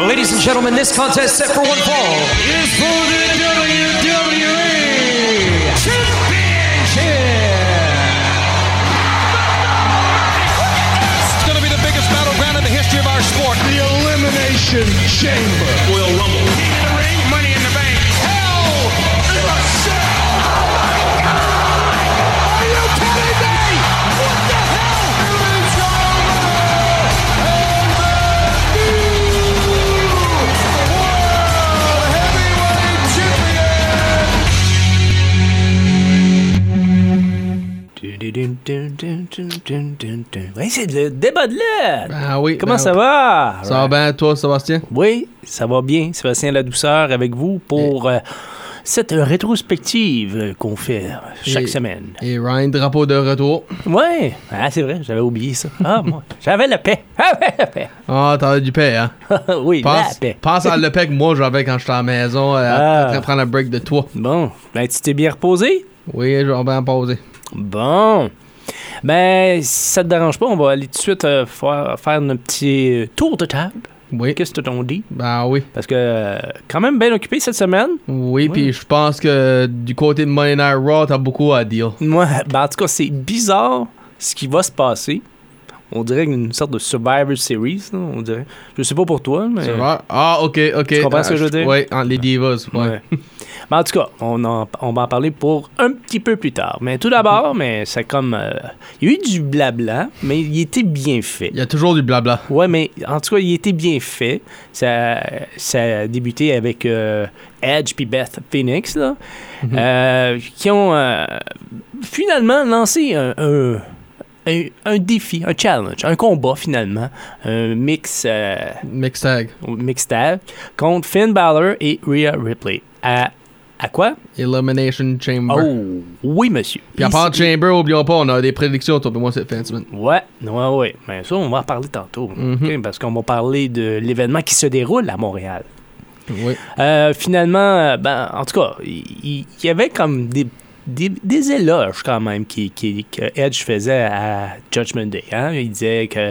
Ladies and gentlemen, this contest set for one fall is for the WWE Championship. It's going to be the biggest battleground in the history of our sport. The Elimination Chamber. Royal Rumble. King of the Ring, Money in the Bank. Hell in a Cell. Oh my God! Are you kidding me? What the hell? It's over! And the new World Heavyweight Champion. Oui, c'est le débat de l'aide. Ah oui. Comment ça va? Ça va bien, toi, Sébastien? Oui, ça va bien. Sébastien Ladouceur avec vous pour cette rétrospective qu'on fait chaque semaine. Et Ryan Drapeau de retour. Oui, c'est vrai, j'avais oublié ça. Ah, moi, j'avais la paix. Ah, t'as du paix, hein? Oui, la paix. Pense à le paix que moi j'avais quand j'étais à la maison, après prendre un break de toi. Bon, ben, tu t'es bien reposé? Oui, je vais bien poser. Bon. Ben, si ça te dérange pas, on va aller tout de suite faire notre petit tour de table. Oui. Qu'est-ce que t'en dis? Ben oui. Parce que quand même bien occupé cette semaine. Oui, puis je pense que du côté de Monday Night Raw, t'as beaucoup à dire. Moi, ben en tout cas, c'est bizarre ce qui va se passer. On dirait une sorte de Survivor Series, là, on dirait. Je sais pas pour toi, mais... C'est vrai? Ah, OK. Tu comprends ce que je veux dire? Oui, entre les divas, ouais. Mais en tout cas, on va en parler pour un petit peu plus tard. Mais tout d'abord, mais c'est comme... il y a eu du blabla, mais il était bien fait. Il y a toujours du blabla. Ouais, mais en tout cas, il était bien fait. Ça a débuté avec Edge puis Beth Phoenix, là, qui ont finalement lancé un défi, un challenge, un combat finalement, un mix tag contre Finn Balor et Rhea Ripley. À quoi? Elimination Chamber. Oh, oui, monsieur. Puis à part Chamber, oublions pas, on a des prédictions, toi et moi, cette fin de semaine. Ouais. Mais ça, on va en parler tantôt. Okay? Parce qu'on va parler de l'événement qui se déroule à Montréal. Oui. Finalement, ben, en tout cas, il y avait comme des éloges quand même que Edge faisait à Judgment Day. Hein? Il disait que...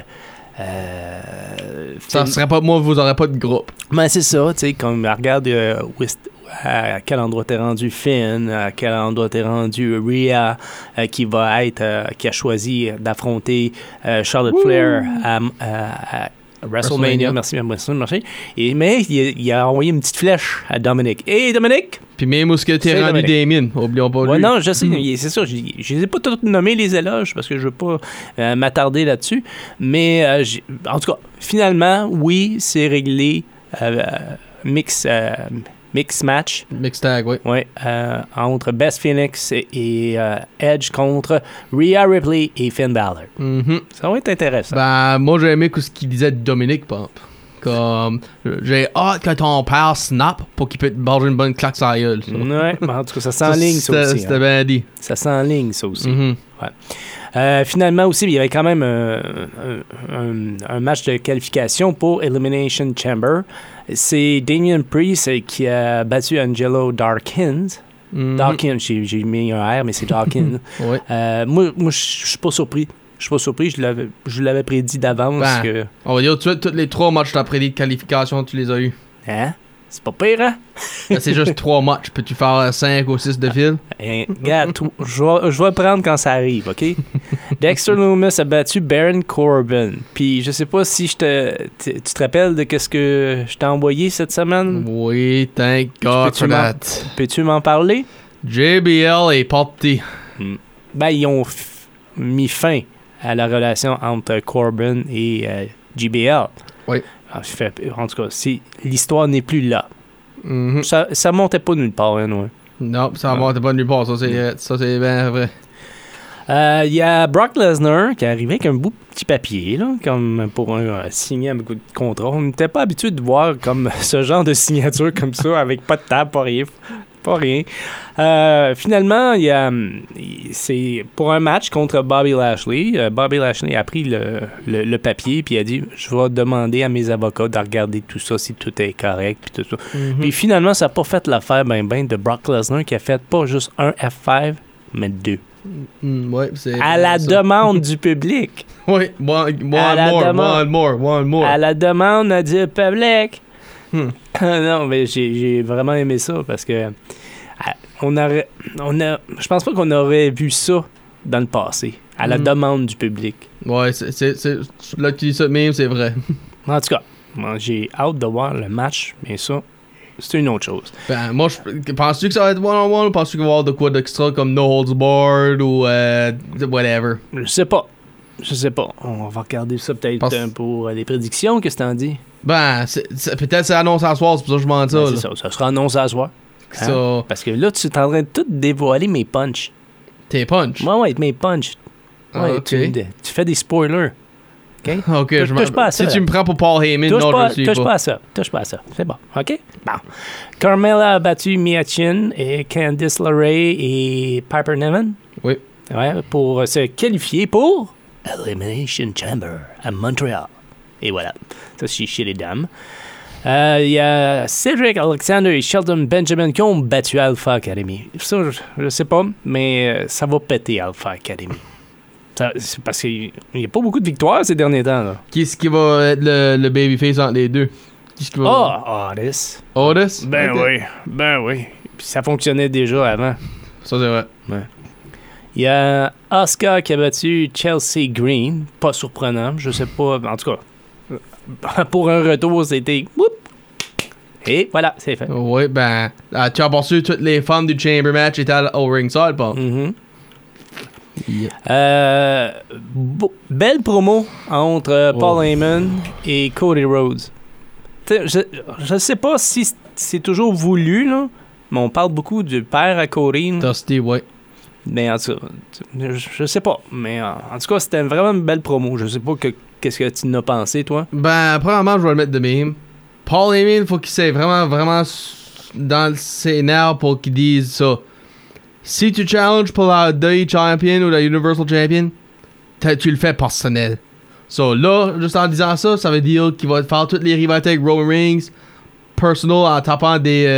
ça serait pas moi, vous aurez pas de groupe. Ben c'est ça, tu sais, comme regarde à quel endroit t'es rendu Finn, à quel endroit t'es rendu Rhea, qui a choisi d'affronter Charlotte Flair à WrestleMania. Merci. Mais il a envoyé une petite flèche à Dominic. Hey, Dominic! Puis même où ce que t'es rendu Damien, oublions pas lui. Non, je sais, c'est ça. Je les ai pas tous nommés les éloges parce que je veux pas m'attarder là-dessus. Mais en tout cas, finalement, oui, c'est réglé. Mix match. Mix tag, oui. Oui, entre Beth Phoenix et Edge contre Rhea Ripley et Finn Balor. Ça va être intéressant. Ben, moi, j'ai aimé ce qu'il disait de Dominic Pump. Comme, j'ai hâte que ton père snap pour qu'il peut te barrer une bonne claque sur la gueule. Ouais, mais en tout cas, ça s'enligne, ça aussi. C'était bien dit. Ça s'enligne, ça aussi. Ouais. Finalement aussi, il y avait quand même un match de qualification pour Elimination Chamber. C'est Damian Priest qui a battu Angelo Dawkins. Dawkins, j'ai mis un R, mais c'est Dawkins. Oui. Moi, je suis pas surpris. Je l'avais prédit d'avance. Que... On va dire tout de suite, tous les 3 matchs que t'as prédit de qualification, tu les as eus. Hein? C'est pas pire, hein? C'est juste 3 matchs. Peux-tu faire 5 ou 6 de fil? Regarde, je vais prendre quand ça arrive, OK? Dexter Lumis a battu Baron Corbin. Puis je sais pas si tu te rappelles de ce que je t'ai envoyé cette semaine? Oui, thank God for that. Peux-tu m'en parler? JBL est parti. Ben, ils ont mis fin à la relation entre Corbin et JBL. Oui. En tout cas, l'histoire n'est plus là. Ça montait pas nulle part, hein, ouais. Non, ça montait pas nulle part. Ça, c'est bien vrai. Il y a Brock Lesnar qui est arrivé avec un beau petit papier, là, comme pour signer un coup de contrat. On n'était pas habitué de voir comme ce genre de signature comme ça, avec pas de table, pas rien. Finalement, c'est pour un match contre Bobby Lashley. Bobby Lashley a pris le papier puis a dit « Je vais demander à mes avocats de regarder tout ça, si tout est correct. » Puis tout ça. Puis finalement, ça n'a pas fait l'affaire de Brock Lesnar qui a fait pas juste un F5, mais 2. Ouais, c'est à la demande du public. Oui, one more. À la demande du public. Non, mais j'ai vraiment aimé ça parce que je pense pas qu'on aurait vu ça dans le passé, à la demande du public. Ouais, là, tu dis ça de même, c'est vrai. En tout cas, moi, j'ai hâte de voir le match, mais ça, c'est une autre chose. Ben, moi, penses-tu que ça va être one-on-one ou penses-tu qu'il va y avoir de quoi d'extra comme No Holds Barred ou whatever? Je sais pas. On va regarder ça peut-être pour les prédictions. Qu'est-ce que t'en dis? Ben, peut-être c'est annoncé à soir, c'est pour ça que je m'en dis ça. C'est ça, ça sera annoncé à soir. Hein? So, parce que là, tu es en train de tout dévoiler mes punchs. tes punch? Ouais, mes punchs. Ouais, ok. tu fais des spoilers. OK? Ok, touche pas à ça. Si tu me prends pour Paul Heyman, non, je le suis touche pas. pas à ça. Touche pas à ça. C'est bon. OK? Bon. Carmella a battu Mia Chin et Candice LeRae et Piper Niven. Oui. Ouais, pour se qualifier pour Elimination Chamber à Montréal. Et voilà. Ça, c'est chez les dames. Il y a Cedric Alexander et Shelton Benjamin qui ont battu Alpha Academy. Ça, je sais pas, mais ça va péter Alpha Academy. C'est parce qu'il n'y a pas beaucoup de victoires ces derniers temps. Là. Qui est-ce qui va être le babyface entre les deux? Qui est-ce qui va... Otis. Otis? Ben Ok. oui. Puis ça fonctionnait déjà avant. Ça, c'est vrai. Ouais. Il y a Asuka qui a battu Chelsea Green. Pas surprenant, je sais pas. En tout cas, pour un retour, c'était... Whoop! Et voilà, c'est fait. Oui, ben, tu as aperçu toutes les femmes du Chamber match étaient au ringside, pas? Mhm. Yeah. Belle promo entre Paul Heyman et Cody Rhodes. Je sais pas si c'est toujours voulu, là, mais on parle beaucoup du père à Cody. Dusty, ouais. Mais en tout cas, je sais pas. Mais en tout cas, c'était vraiment une belle promo. Je sais pas qu'est-ce que tu en as pensé, toi. Ben, premièrement, je vais le mettre de même. Paul Heyman, faut qu'il soit vraiment dans ses nerfs pour qu'il dise ça. Si tu challenges pour la WWE Champion ou la Universal Champion, tu le fais personnel. So là, juste en disant ça, ça veut dire qu'il va faire toutes les rivalités avec Roman Reigns personal en tapant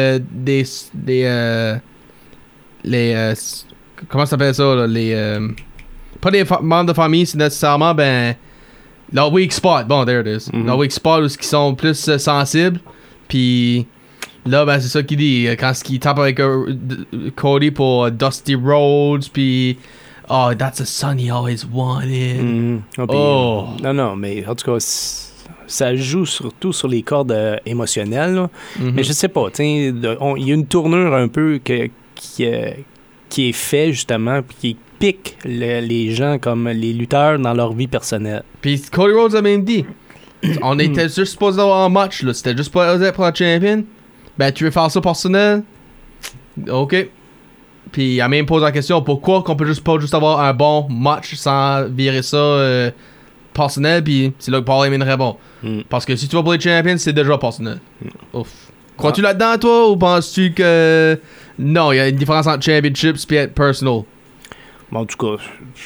comment ça s'appelle ça, là, pas des membres de famille, c'est nécessairement, ben, leur weak spot. Bon, there it is. Leur weak spot où ils sont plus sensibles. Puis là, ben, c'est ça qu'il dit. Quand il tape avec Cody pour Dusty Rhodes, puis oh, that's a son he always wanted. Non, mais en tout cas, ça joue surtout sur les cordes émotionnelles. Là. Mais je sais pas, il y a une tournure un peu qui est fait justement, puis qui pique les gens comme les lutteurs dans leur vie personnelle. Puis Cody Rhodes a même dit, on était juste supposé avoir un match, là. C'était juste pour la champion. Ben, tu veux faire ça personnel? OK. Puis il a même posé la question, pourquoi qu'on peut pas juste avoir un bon match sans virer ça personnel? Puis c'est là que Paul Heyman répond. Parce que si tu vas pour les champions, c'est déjà personnel. Ouf. Crois-tu là-dedans, toi, ou penses-tu que... Non, il y a une différence entre championships et être personal? Bon, en tout cas,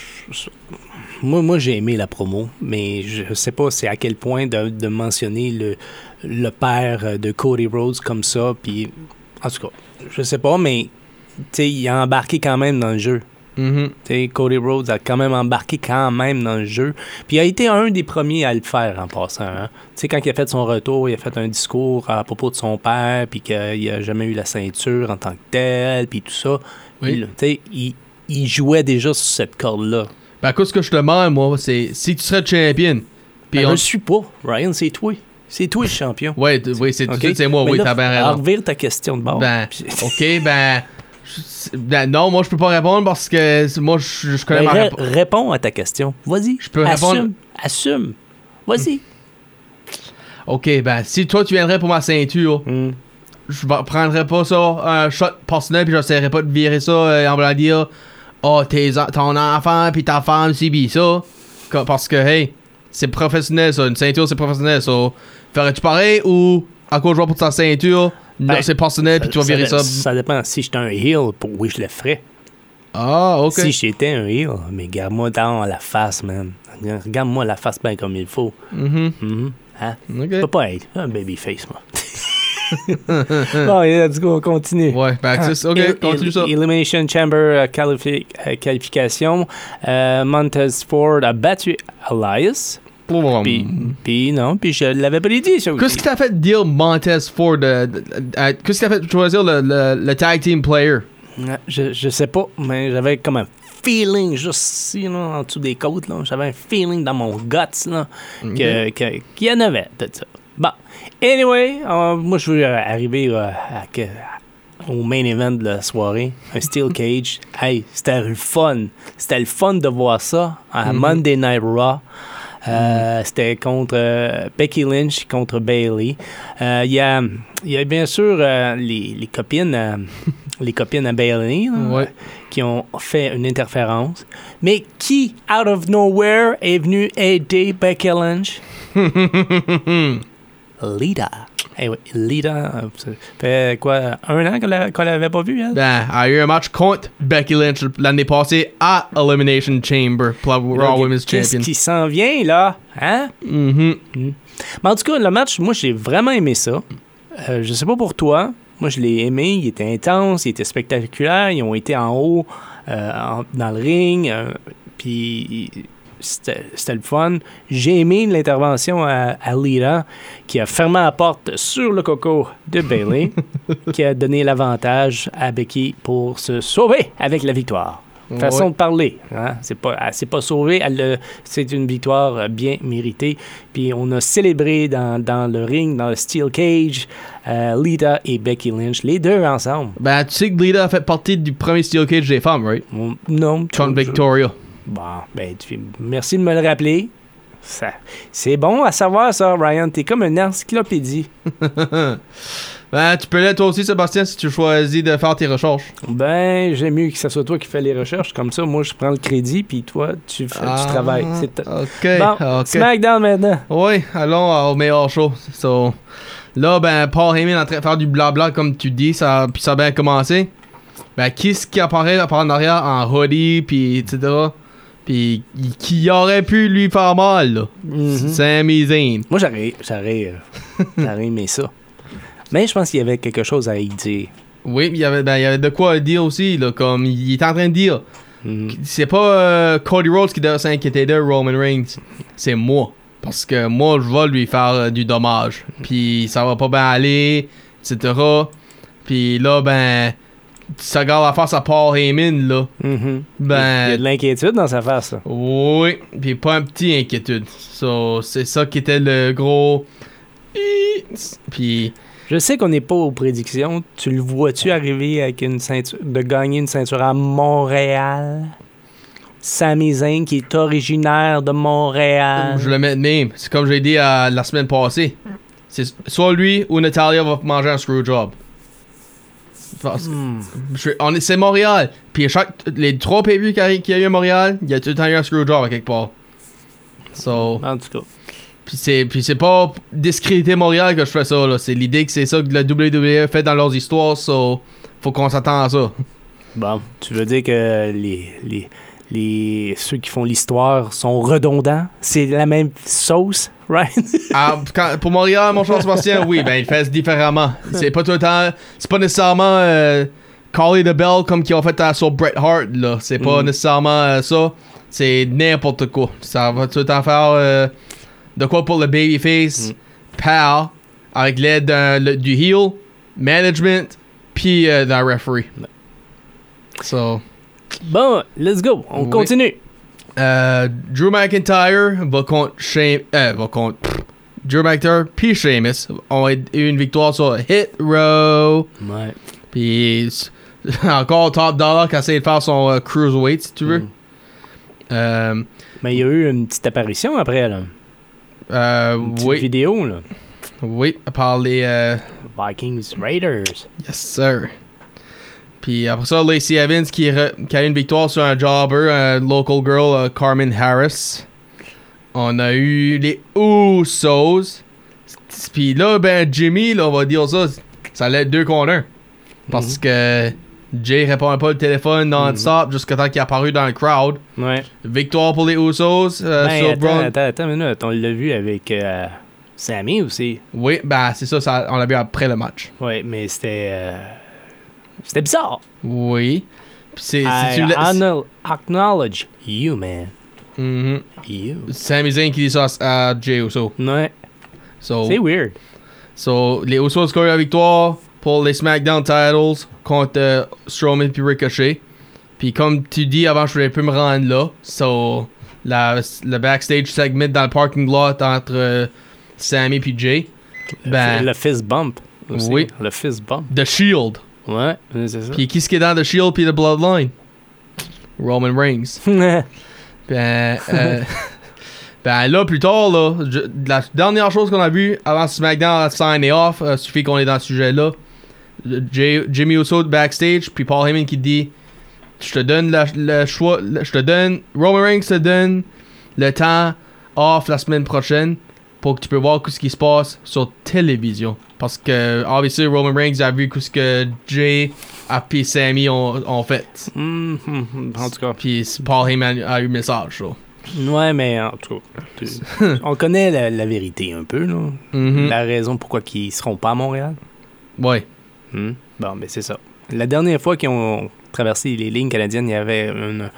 moi j'ai aimé la promo, mais je sais pas c'est à quel point de mentionner le père de Cody Rhodes comme ça, puis en tout cas, je sais pas, mais il a embarqué quand même dans le jeu. Cody Rhodes a quand même embarqué quand même dans le jeu. Puis il a été un des premiers à le faire en passant. Hein? Quand il a fait son retour, il a fait un discours à propos de son père, puis qu'il a jamais eu la ceinture en tant que tel, puis tout ça. Oui. Il jouait déjà sur cette corde-là. Ben, écoute, ce que je te demande, moi, c'est si tu serais champion. Puis je le suis pas, Ryan, c'est toi. C'est toi le champion. Oui, c'est okay? c'est moi, oui, t'as bien raison. Revire ta question de bord. Ben, OK, ben... non, moi je peux pas répondre parce que moi je connais ma réponse. Réponds à ta question. Vas-y. Je peux répondre. Assume. Vas-y. OK, ben si toi tu viendrais pour ma ceinture, je prendrais pas ça un shot personnel puis j'essaierais pas de virer ça en voulant dire oh ton enfant puis ta femme c'est ça. Parce que hey, c'est professionnel ça, une ceinture c'est professionnel ça. Ferais-tu pareil ou encore je vois pour ta ceinture? Non, c'est personnel, puis tu vas virer ça. Ça dépend. Si j'étais un heel, oui, je le ferais. Ah, OK. Si j'étais un heel, mais regarde-moi dans la face, man. Regarde-moi la face bien comme il faut. Hein? OK. Je peux pas être un babyface, moi. Bon, let's go, on continue. Ouais, ben, OK, continue ça. Elimination Chamber qualification. Montez Ford a battu Elias. Puis non, puis je l'avais prédit, ça aussi. Qu'est-ce qui t'a fait dire Montez Ford? Qu'est-ce qui t'a fait choisir le tag team player? Je sais pas, mais j'avais comme un feeling juste ici, là, en dessous des côtes. Là. J'avais un feeling dans mon guts là, qu'il y en avait de ça. Bon, anyway, moi je veux arriver au main event de la soirée, un Steel Cage. Hey, c'était le fun. C'était le fun de voir ça à Monday Night Raw. C'était contre Becky Lynch contre Bayley. Il y a bien sûr les copines à Bayley là, qui ont fait une interférence. Mais qui, out of nowhere, est venu aider Becky Lynch? Lita. Eh oui, Lita, ça fait quoi, 1 an qu'on l'avait pas vue, elle? Ben, elle a eu un match contre Becky Lynch l'année passée à Elimination Chamber pour la Raw Women's Champion. Qu'est-ce qui s'en vient, là? Hein? Mais en tout cas, le match, moi, j'ai vraiment aimé ça. Je sais pas pour toi. Moi, je l'ai aimé. Il était intense, il était spectaculaire. Ils ont été en haut, dans le ring. Puis... C'était le fun. J'ai aimé l'intervention à Lita qui a fermé la porte sur le coco de Bayley qui a donné l'avantage à Becky pour se sauver avec la victoire. Façon de parler. Hein? C'est pas sauvé. C'est une victoire bien méritée. Puis on a célébré dans le ring, dans le Steel Cage, Lita et Becky Lynch, les deux ensemble. Ben, tu sais que Lita a fait partie du premier Steel Cage des femmes, right? Non. Contre Victoria. Bon, ben, merci de me le rappeler. C'est bon à savoir, ça, Ryan. T'es comme une encyclopédie. Ben, tu peux l'être toi aussi, Sébastien, si tu choisis de faire tes recherches. Ben, j'aime mieux que ce soit toi qui fais les recherches. Comme ça, moi, je prends le crédit, puis toi, tu travailles. OK. Bon, SmackDown maintenant. Oui, allons au meilleur show. So, là, ben, Paul Heyman est en train de faire du blabla, comme tu dis, puis ça a bien commencé. Ben, qui est-ce qui apparaît en arrière en hoodie, puis etc., puis qui aurait pu lui faire mal, là? Sami Zayn. Moi, j'aurais aimé ça. Mais je pense qu'il y avait quelque chose à y dire. Oui, il y avait de quoi à dire aussi, là, comme il est en train de dire. C'est pas Cody Rhodes qui doit s'inquiéter de Roman Reigns, c'est moi. Parce que moi, je vais lui faire du dommage. Puis ça va pas bien aller, etc. Puis là, ben... Ça regarde la face à Paul Heyman, là. Ben, il y a de Ben... l'inquiétude dans sa face, ça. Oui, puis pas un petit inquiétude. So, c'est ça qui était le gros... Puis... Je sais qu'on n'est pas aux prédictions. Tu le vois-tu arriver avec une ceinture, de gagner une ceinture à Montréal? Sami Zayn, qui est originaire de Montréal. Je le mets de même. C'est comme j'ai dit la semaine passée. C'est soit lui ou Natalia va manger un screwjob. C'est Montréal. Puis les 3 PV qu'il y a eu à Montréal, il y a tout le temps eu un screwjob à quelque part. So, En tout cas. Puis c'est pas discréditer Montréal que je fais ça, là. C'est l'idée que c'est ça que la WWE fait dans leurs histoires, so faut qu'on s'attende à ça. Bon, tu veux dire que ceux qui font l'histoire sont redondants? C'est la même sauce, right? Pour Montréal, mon cher Sébastien, oui, ben ils fait différemment. C'est pas tout le temps. C'est pas nécessairement Callie the Bell comme qu'ils ont fait sur Bret Hart, là. C'est pas nécessairement ça. C'est n'importe quoi. Ça va tout le temps faire de quoi pour le babyface, pal, avec l'aide du heel, management, puis d'un referee. So. Bon, let's go. On continue. Drew McIntyre va contre Drew McIntyre puis Sheamus ont eu une victoire sur Hit Row. Ouais. Puis encore Top Dollar qui a essayé de faire son Cruiserweight, si tu veux. Mais il y a eu une petite apparition après, là. Une petite vidéo, là. Oui, par les... Vikings Raiders. Yes, sir. Puis après ça, Lacey Evans qui a eu une victoire sur un jobber, un local girl, Carmen Harris. On a eu les Usos. Puis là, ben Jimmy, là, on va dire ça allait être 2 contre 1. Parce que Jay répondait pas au téléphone non-stop jusqu'à temps qu'il est apparu dans le crowd. Ouais. Victoire pour les Usos sur Braun. Attends une minute. On l'a vu avec Sammy aussi. Oui, ben c'est ça, on l'a vu après le match. Oui, mais c'était bizarre. Oui. Puis I acknowledge you, man. Mhm. Ew. Sami Zayn qui dit ça à Jey Uso. Ouais. So, C'est weird. so les Usos scorent la victoire pour les SmackDown titles contre Strowman puis Ricochet. Puis comme tu dis avant, je voulais plus me rendre là. So, le backstage segment dans le parking lot entre Sami puis Jey. Ben, Le fist bump. Aussi. Oui. Le fist bump. The Shield. Ouais, c'est ça. Puis qui est dans The Shield puis The Bloodline? Roman Reigns. Ben, ben là, plus tard, là, la dernière chose qu'on a vue avant SmackDown à signer off, suffit qu'on est dans ce sujet-là. Jimmy Uso backstage, puis Paul Heyman qui dit je te donne le choix, je te donne, Roman Reigns te donne le temps off la semaine prochaine pour que tu peux voir ce qui se passe sur télévision. Parce que, obviously, Roman Reigns a vu ce que Jay et Sami ont fait. En tout cas. Puis Paul Heyman a eu le message, ça. Ouais, mais en tout cas, on connaît la vérité un peu, là. Mhm. La raison pourquoi ils seront pas à Montréal. Ouais. Bon, mais c'est ça. La dernière fois qu'ils ont traversé les lignes canadiennes, il y avait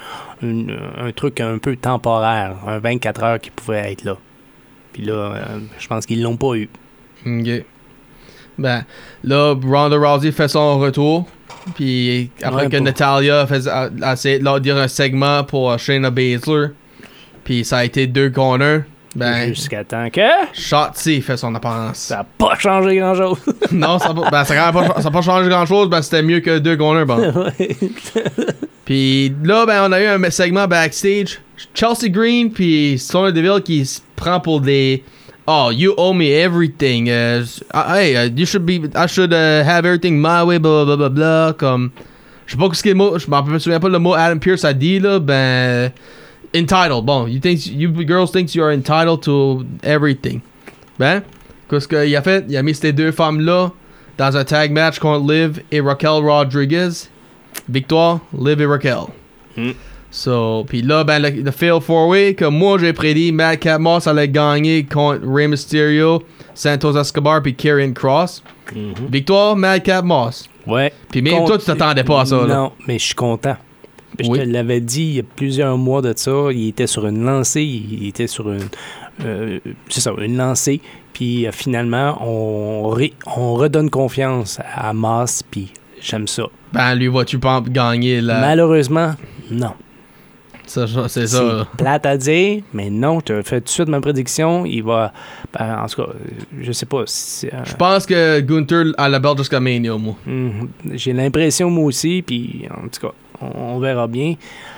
un truc un peu temporaire, un 24 heures qui pouvait être là. Puis là, je pense qu'ils l'ont pas eu. Ok. Ben, là, Ronda Rousey fait son retour. Puis après Ouais, que Natalia a essayé de leur dire un segment pour Shayna Baszler. Puis ça a été 2 corners. Ben, Jusqu'à temps que Shotzi fait son apparence. ça n'a pas changé grand-chose. Non, ça a pas changé grand-chose. Ben, c'était mieux que 2 corners, bon. Ouais. Puis là, ben, on a eu un segment backstage. Chelsea Green puis Sonya Deville qui se prend pour des... Oh, you owe me everything. Hey, I should have everything my way, blah, blah, blah, blah. Comme... Je sais pas ce que le mot... Je me souviens pas le mot Adam Pearce a dit, là. Ben... Entitled. Bon, you girls think you are entitled to everything. Ben, qu'est-ce qu'il a fait? Il a mis ces 2 femmes-là dans un tag match contre Liv et Raquel Rodriguez. Victoire, Liv et Raquel. So, puis là, ben, le Fail 4-Way, que moi j'ai prédit, Madcap Moss allait gagner contre Rey Mysterio, Santos Escobar puis Karrion Kross. Victoire, Madcap Moss. Ouais. Puis même toi, tu t'attendais pas à ça, là. Non, mais je suis content. Je Oui. te l'avais dit il y a plusieurs mois de ça. Il était sur une lancée. Il était sur une... c'est ça, une lancée. Puis finalement, on redonne confiance à Moss. Puis j'aime ça. Ben, lui, vas-tu pas gagner la... Malheureusement, non. C'est ça. C'est plate à dire, mais non, tu as fait tout de suite ma prédiction. Il va... Ben, en tout cas, je sais pas. Je pense que Gunther a la belle jusqu'à Mania, moi. J'ai l'impression, moi aussi. Puis en tout cas, on verra bien.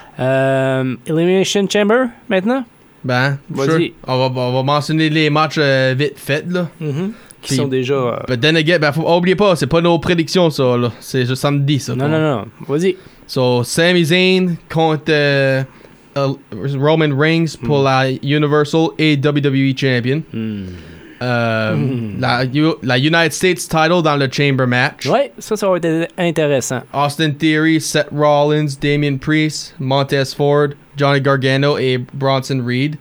Elimination Chamber, maintenant? Ben, Vas-y. sure. On va mentionner les matchs vite faits, là. Qui sont déjà... But then again, ben, oubliez pas, c'est pas nos prédictions, ça, là. C'est juste samedi, ça. Non. Vas-y. So, Sami Zayn contre Roman Reigns pour la Universal et WWE Champion. La United States title dans le Chamber match. Ouais, ça va être intéressant. Austin Theory, Seth Rollins, Damian Priest, Montez Ford, Johnny Gargano et Bronson Reed.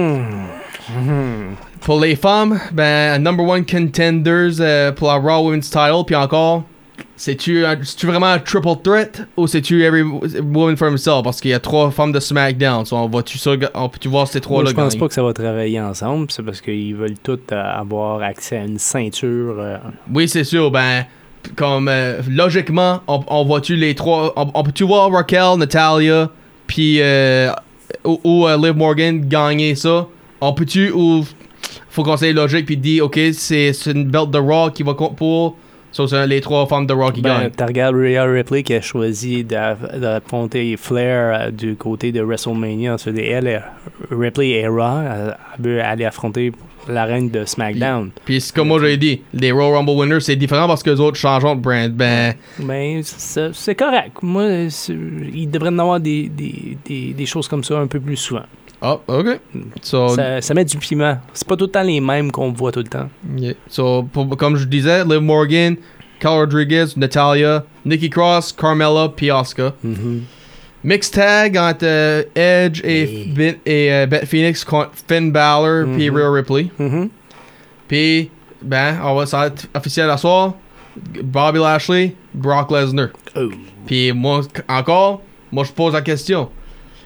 Pour les femmes, ben, number 1 contenders pour la Raw Women's title, puis encore, c'est-tu vraiment un triple threat ou c'est-tu every woman for himself? Parce qu'il y a 3 femmes de SmackDown. So on peut-tu voir ces 3-là Je pense gagner? pas que ça va travailler ensemble. C'est parce qu'ils veulent tous avoir accès à une ceinture. Oui, c'est sûr. Ben, comme logiquement, on voit-tu les 3. On peut-tu voir Raquel, Natalia, puis ou Liv Morgan gagner ça? On peut-tu ou faut qu'on soit logique puis dire ok, c'est une belt de Raw qui va pour. So, c'est les 3 femmes de Raw qui gagnent. Tu regardes Rhea Ripley qui a choisi d'affronter Flair du côté de WrestleMania. Ripley et Raw, elle veut aller affronter la reine de SmackDown. Puis comme moi j'ai dit, les Royal Rumble winners c'est différent parce que les autres changent de brand. Ben, c'est correct. Moi, il devrait y en avoir des choses comme ça un peu plus souvent. oh, ok. So, Ça met du piment. C'est pas tout le temps les mêmes qu'on voit tout le temps. yeah. So, comme je disais, Liv Morgan, Carl Rodriguez, Natalia, Nikki Cross, Carmella, puis Asuka. Mixed tag entre Edge et Beth Phoenix contre Finn Balor puis Rhea Ripley. Puis, ben, ça va être officiel à soir. Bobby Lashley, Brock Lesnar. Oh. Puis moi, je pose la question.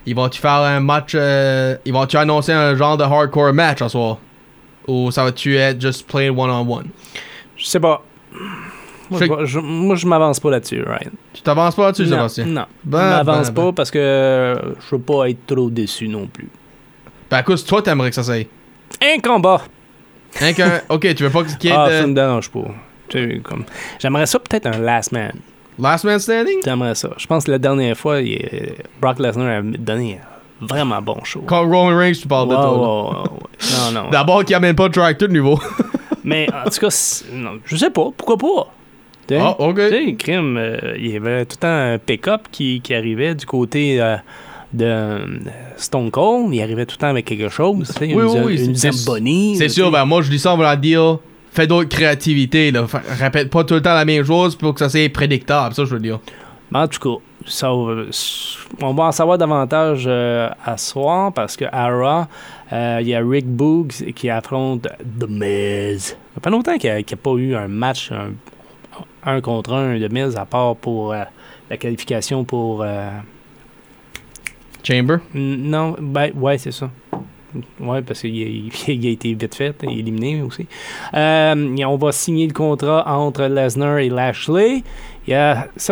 ils vont-tu faire un match, ils vont-tu annoncer un genre de hardcore match en soir? Ou ça va-tu être just plain one-on-one? Je sais pas. Moi, je m'avance pas là-dessus, Ryan. Tu t'avances pas là-dessus, Non, Sébastien? non. Ben, je m'avance ben, pas parce que je veux pas être trop déçu non plus. Ben, écoute, toi, t'aimerais que ça s'aille. Un combat! Ok, tu veux pas qu'il y ait Ça me dérange pas. Tu sais, comme... J'aimerais ça peut-être un last man. Last Man Standing? J'aimerais ça. Je pense que la dernière fois, Brock Lesnar a donné un vraiment bon show. Quand Roman Reigns, tu parles de toi. Ouais. Non. D'abord, qu'il n'y a même pas de tractor de niveau. Mais en tout cas, non, je sais pas. Pourquoi pas? T'sais, Ah, ok. Tu sais, crime, il y avait tout le temps un pick-up qui arrivait du côté de Stone Cold. Il arrivait tout le temps avec quelque chose. Une Zamboni. C'est sûr, ben moi, je dis ça, on va leur dire, fais d'autres créativités, là. Répète pas tout le temps la même chose pour que ça soit prédictable, ça, je veux dire. Mais en tout cas, on va en savoir davantage à soir parce que à Raw, il y a Rick Boogs qui affronte The Miz. Ça fait longtemps qu'il n'y a pas eu un match un contre un de Miz à part pour la qualification pour... Chamber? Non, ben, ouais, c'est ça. Ouais, parce qu'il a été vite fait, éliminé aussi. On va signer le contrat entre Lesnar et Lashley. Il y a ça...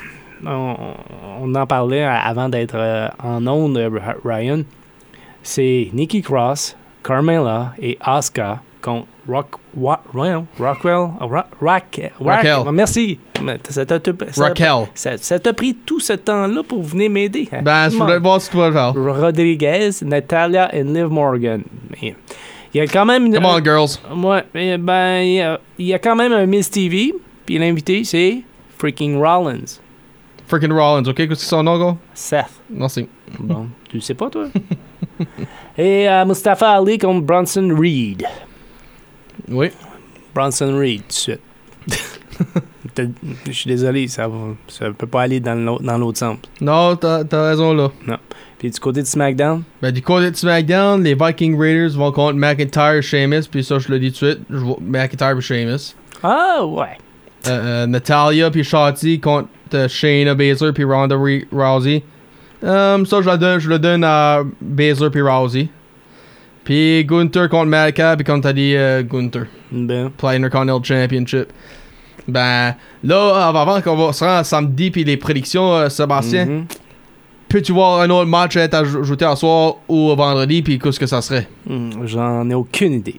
On en parlait avant d'être en onde, Ryan. C'est Nikki Cross, Carmella et Asuka contre Raquel. Merci. Ça t'a pris tout ce temps-là pour venir m'aider. Hein? Ben, je voudrais voir si tu vas le faire. Rodriguez, Natalia et Liv Morgan. Mais il y a quand même... Come on, girls. Ouais, ben, il y a quand même un Miz TV. Puis l'invité, c'est freaking Rollins. Freaking Rollins, ok? Qu'est-ce que c'est son nom, Seth. Merci. Bon, tu le sais pas, toi? Et Mustafa Ali contre Bronson Reed. Oui. Bronson Reed, tout de suite. Je suis désolé, ça peut pas aller dans l'autre sens. Non, t'as raison, là. Non. Puis du côté de SmackDown? Ben, du côté de SmackDown, les Viking Raiders vont contre McIntyre et Sheamus, puis ça, je le dis tout de suite, McIntyre et Sheamus. Ah, ouais. Natalia puis Shotzi contre Shayna Baszler puis Ronda Rousey. Ça, je le donne à Baszler puis Rousey. Puis Gunther contre Madcap, puis comme t'as dit, Gunther. Ben. Pour l'Intercontinental Championship. Ben, là, avant qu'on va se rendre samedi puis les prédictions, Sébastien, peux-tu voir un autre match être ajouté à soir ou vendredi, puis qu'est-ce que ça serait? J'en ai aucune idée.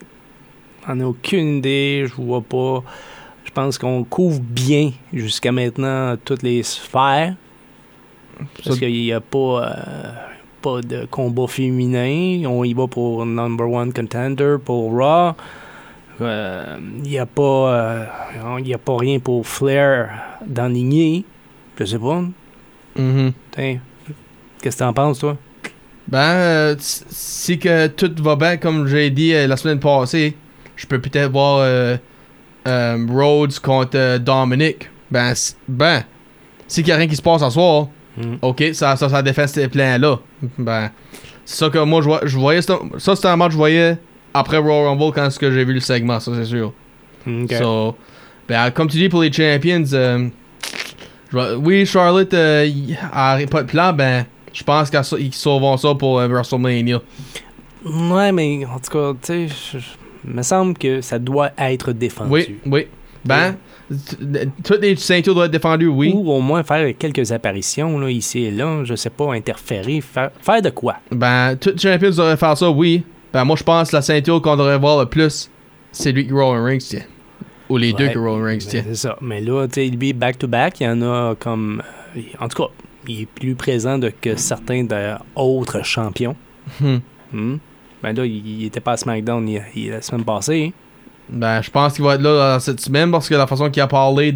Je vois pas... Je pense qu'on couvre bien jusqu'à maintenant toutes les sphères. Parce qu'il n'y a pas de combat féminin. On y va pour number one contender pour Raw. Il n'y a pas rien pour Flair d'enligner. Je sais pas. Qu'est-ce que t'en penses, toi? Ben, si que tout va bien, comme j'ai dit la semaine passée, je peux peut-être voir Rhodes contre Dominic. Ben, si qu'il n'y a rien qui se passe ce soir, ok, ça défend ces plans-là. Ben, c'est ça que moi, je voyais. Ça, c'était un match que je voyais après Royal Rumble quand j'ai vu le segment, ça, c'est sûr. Okay. So, ben, comme tu dis pour les Champions, oui, Charlotte a pas de plan, ben, je pense qu'ils sauveront ça pour WrestleMania. Ouais, mais en tout cas, tu sais, il me semble que ça doit être défendu. Oui. Ben, toutes les ceintures doivent être défendues, oui. Ou au moins faire quelques apparitions, là, ici et là, je sais pas, interférer, faire de quoi? Ben, tous les champions devraient faire ça, oui. Ben, moi, je pense que la ceinture qu'on devrait voir le plus, c'est lui que Roman Reigns tient. Ou les deux que Roman Reigns tient. C'est ça. Mais là, tu sais, lui, back-to-back, il y en a comme... En tout cas, il est plus présent que certains d'autres champions. Ben là, il était pas à SmackDown la semaine passée. Ben, je pense qu'il va être là cette semaine parce que la façon qu'il a parlé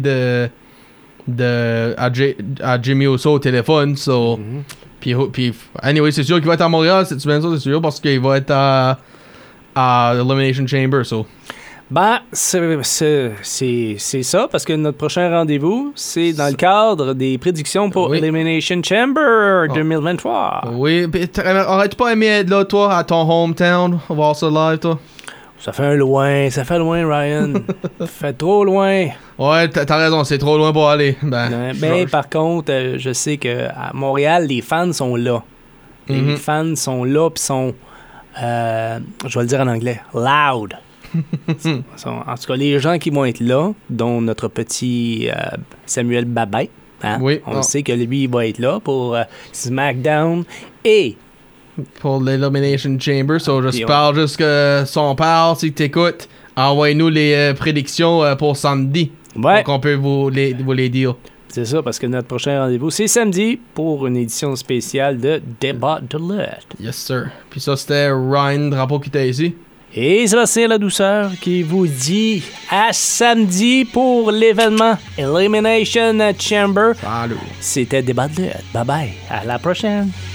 à Jimmy Uso au téléphone, so... Puis, anyway, c'est sûr qu'il va être à Montréal cette semaine, ça, c'est sûr, parce qu'il va être à Elimination Chamber, so... Ben, c'est ça, parce que notre prochain rendez-vous, c'est dans le cadre des prédictions pour Elimination Chamber 2023. Oui, aurais-tu pas aimé être là, toi, à ton hometown, voir ça live, toi? Ça fait loin, Ryan. Ça fait trop loin. Ouais, t'as raison, c'est trop loin pour aller. Ben, par contre, je sais qu'à Montréal, les fans sont là. Les fans sont là, puis sont, je vais le dire en anglais, loud. En tout cas, les gens qui vont être là, dont notre petit Samuel Babin, hein? Oui. On sait que lui, il va être là pour SmackDown et... Pour l'Elimination Chamber. So, Puis j'espère juste que son père, si t'écoutes, envoie-nous les prédictions pour samedi. Ouais. Pour qu'on peut vous les dire. C'est ça, parce que notre prochain rendez-vous, c'est samedi pour une édition spéciale de Débat de lutte. Yes, sir. Puis ça, c'était Ryan Drapeau qui était ici. Et Sébastien La Douceur qui vous dit à samedi pour l'événement Elimination Chamber. Salut. C'était Débat de lutte. Bye bye. À la prochaine.